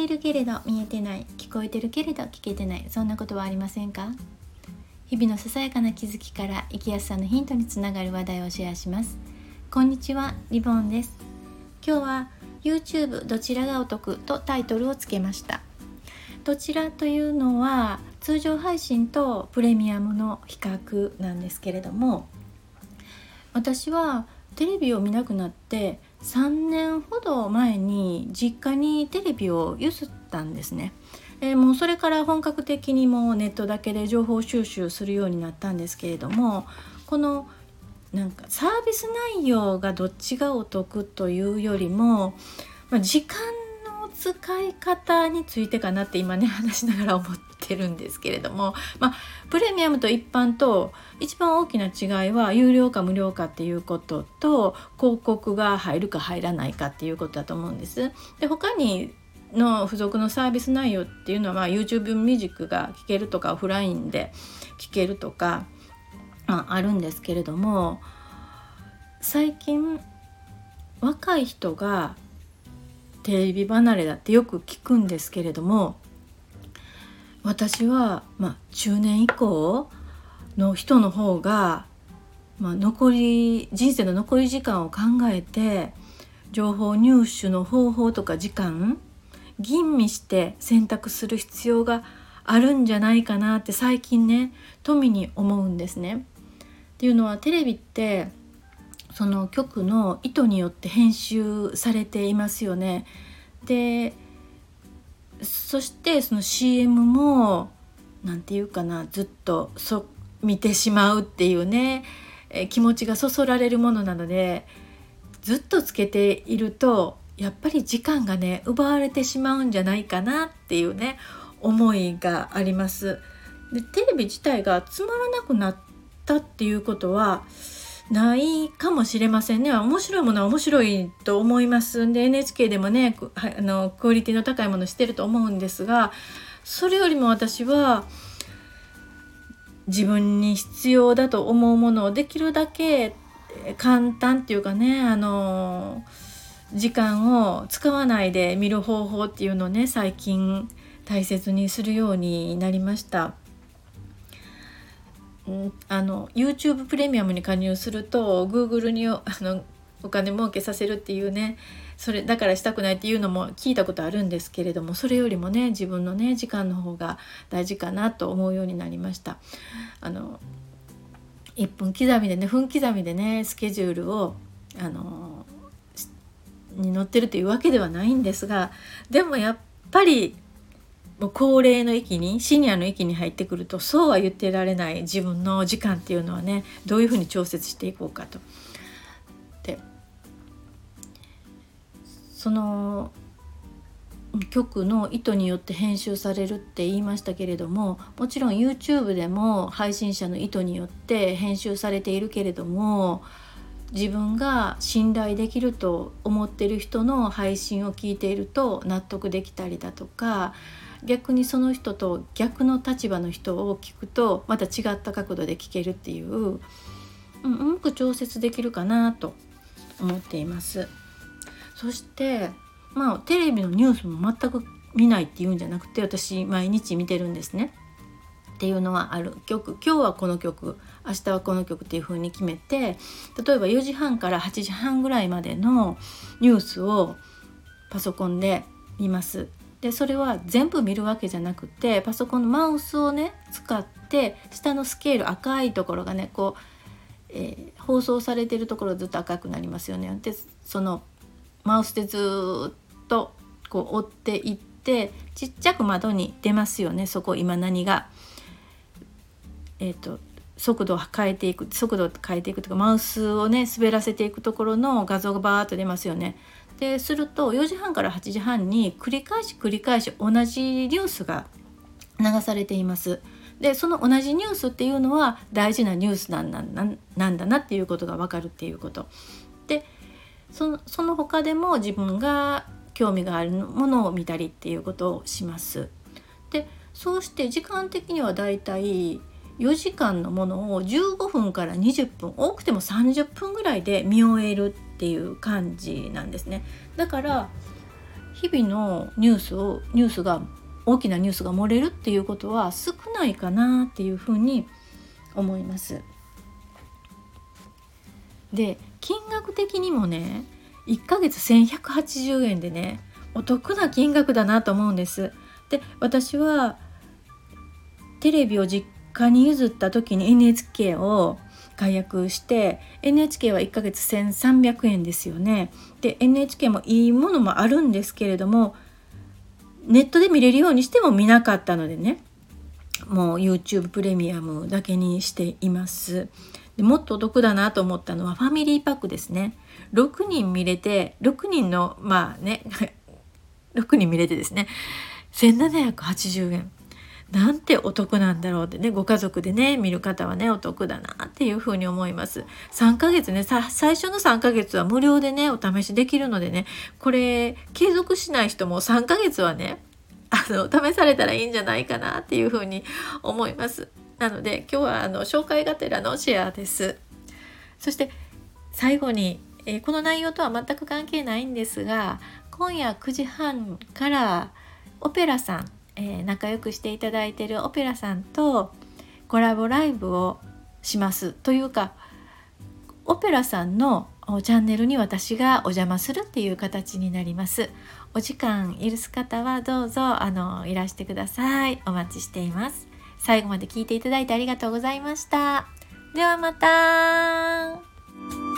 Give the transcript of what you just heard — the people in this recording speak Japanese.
いるけれど見えてない、聞こえてるけれど聞けてない、そんなことはありませんか？日々のささやかな気づきから生きやすさのヒントにつながる話題をシェアします。こんにちは、リボンです。今日は YouTube どちらがお得とタイトルをつけました。どちらというのは通常配信とプレミアムの比較なんですけれども、私はテレビを見なくなって3年ほど前に実家にテレビを譲ったんですね。もうそれから本格的にもうネットだけで情報収集するようになったんですけれども、このサービス内容がどっちがお得というよりも、時間の使い方についてかなって今ね話しながら思ってるんですけれども、プレミアムと一般と一番大きな違いは有料か無料かっていうことと、広告が入るか入らないかっていうことだと思うんです。で、他にの付属のサービス内容っていうのは、YouTube ミュージックが聴けるとか、オフラインで聴けるとか、あるんですけれども、最近若い人がテレビ離れだってよく聞くんですけれども、私は、中年以降の人の方が、人生の残り時間を考えて情報入手の方法とか時間吟味して選択する必要があるんじゃないかなって最近ね富に思うんですね。っていうのは、テレビってその局の意図によって編集されていますよね。で、そしてその CM もずっと見てしまうっていうね、気持ちがそそられるものなので、ずっとつけているとやっぱり時間がね奪われてしまうんじゃないかなっていうね思いがあります。で、テレビ自体がつまらなくなったっていうことはないかもしれませんね。面白いものは面白いと思いますんで、 NHK でもねクオリティの高いものしてると思うんですが、それよりも私は自分に必要だと思うものをできるだけ簡単っていうかね、時間を使わないで見る方法っていうのをね最近大切にするようになりました。YouTube プレミアムに加入すると Google にお金儲けさせるっていうね、それだからしたくないっていうのも聞いたことあるんですけれども、それよりもね自分のね時間の方が大事かなと思うようになりました。1分刻みでね、分刻みでねスケジュールをに載ってるというわけではないんですが、でもやっぱりもう高齢の域にシニアの域に入ってくると、そうは言ってられない自分の時間っていうのはねどういうふうに調節していこうかと。で、その局の意図によって編集されるって言いましたけれども、もちろん YouTube でも配信者の意図によって編集されているけれども、自分が信頼できると思っている人の配信を聞いていると納得できたりだとか、逆にその人と逆の立場の人を聞くとまた違った角度で聞けるっていう、うまく調節できるかなと思っています。そしてテレビのニュースも全く見ないっていうんじゃなくて、私毎日見てるんですね。っていうのは、ある曲、今日はこの曲、明日はこの曲っていう風に決めて、例えば4時半から8時半ぐらいまでのニュースをパソコンで見ます。で、それは全部見るわけじゃなくて、パソコンのマウスをね使って下のスケール、赤いところがね放送されてるところずっと赤くなりますよね。で、そのマウスでずっと追っていって、ちっちゃく窓に出ますよね。そこ今何が速度を変えていくとか、マウスをね滑らせていくところの画像がバーッと出ますよね。ですると4時半から8時半に繰り返し同じニュースが流されています。で、その同じニュースっていうのは大事なニュースなんだなっていうことが分かるっていうことで、その他でも自分が興味があるものを見たりっていうことをします。で、そうして時間的にはだいたい4時間のものを15分から20分、多くても30分ぐらいで見終えるっていう感じなんですね。だから日々のニュースが大きなニュースが漏れるっていうことは少ないかなっていうふうに思います。で、金額的にもね、1ヶ月1180円でね、お得な金額だなと思うんです。で、私はテレビを実家に譲った時に NHK を解約して、 NHK は1ヶ月1300円ですよね。で NHK もいいものもあるんですけれども、ネットで見れるようにしても見なかったのでね、もう YouTube プレミアムだけにしています。でもっとお得だなと思ったのはファミリーパックですね。6人見れて、6人の6人見れてですね、1780円、なんてお得なんだろうってね、ご家族でね見る方はねお得だなっていうふうに思います。3ヶ月ね、最初の3ヶ月は無料でねお試しできるのでね、これ継続しない人も3ヶ月はね試されたらいいんじゃないかなっていうふうに思います。なので今日は紹介がてらのシェアです。そして最後に、この内容とは全く関係ないんですが、今夜9時半からオペラさん、仲良くしていただいているオペラさんとコラボライブをしますというか、オペラさんのチャンネルに私がお邪魔するっていう形になります。お時間許す方はどうぞいらしてください。お待ちしています。最後まで聞いていただいてありがとうございました。ではまた。